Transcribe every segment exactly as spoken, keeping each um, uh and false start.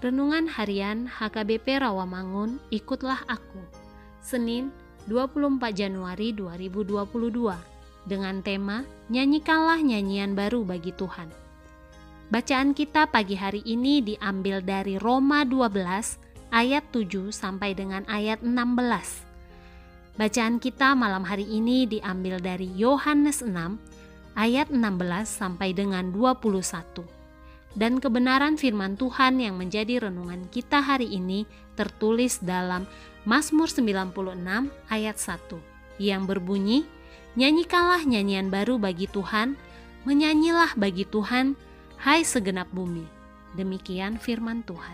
Renungan Harian H K B P Rawamangun, Ikutlah Aku, Senin dua puluh empat Januari dua ribu dua puluh dua, dengan tema Nyanyikanlah nyanyian baru bagi Tuhan. Bacaan kita pagi hari ini diambil dari Roma dua belas ayat tujuh sampai dengan ayat enam belas. Bacaan kita malam hari ini diambil dari Yohanes enam ayat enam belas sampai dengan dua puluh satu. Dan kebenaran firman Tuhan yang menjadi renungan kita hari ini tertulis dalam Mazmur sembilan puluh enam ayat satu yang berbunyi, Nyanyikanlah nyanyian baru bagi Tuhan, menyanyilah bagi Tuhan, hai segenap bumi. Demikian firman Tuhan.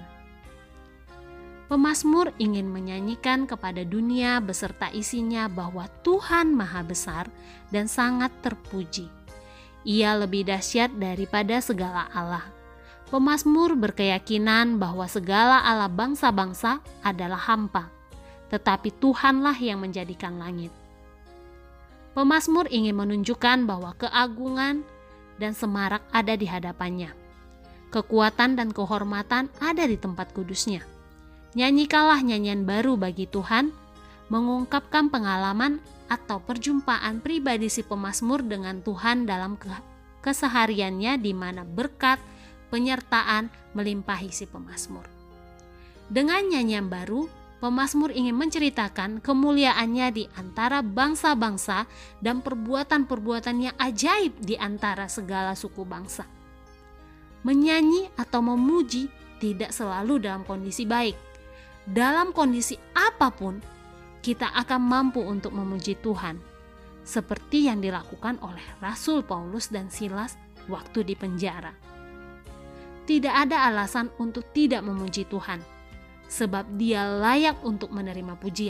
Pemazmur ingin menyanyikan kepada dunia beserta isinya bahwa Tuhan Maha Besar dan sangat terpuji. Ia lebih dahsyat daripada segala Allah. Pemazmur berkeyakinan bahwa segala Allah bangsa-bangsa adalah hampa, tetapi Tuhanlah yang menjadikan langit. Pemazmur ingin menunjukkan bahwa keagungan dan semarak ada di hadapannya. Kekuatan dan kehormatan ada di tempat kudusnya. Nyanyikanlah nyanyian baru bagi Tuhan, mengungkapkan pengalaman atau perjumpaan pribadi si pemazmur dengan Tuhan dalam kesehariannya di mana berkat penyertaan melimpahi si pemazmur. Dengan nyanyian baru, pemazmur ingin menceritakan kemuliaannya di antara bangsa-bangsa dan perbuatan-perbuatan yang ajaib di antara segala suku bangsa. Menyanyi atau memuji tidak selalu dalam kondisi baik. Dalam kondisi apapun, kita akan mampu untuk memuji Tuhan, seperti yang dilakukan oleh Rasul Paulus dan Silas waktu di penjara. Tidak ada alasan untuk tidak memuji Tuhan, sebab Dia layak untuk menerima pujian.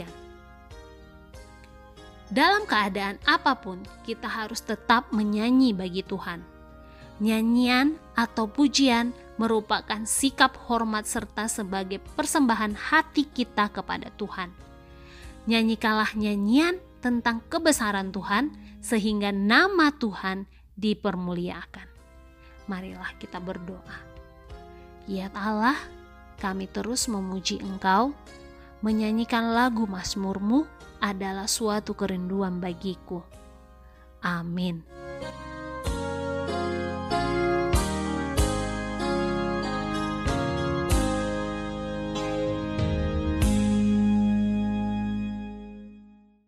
Dalam keadaan apapun, kita harus tetap menyanyi bagi Tuhan. Nyanyian atau pujian merupakan sikap hormat serta sebagai persembahan hati kita kepada Tuhan. Nyanyikanlah nyanyian tentang kebesaran Tuhan sehingga nama Tuhan dipermuliakan. Marilah kita berdoa. Ya Allah, kami terus memuji Engkau, menyanyikan lagu mazmur-Mu adalah suatu kerinduan bagiku. Amin.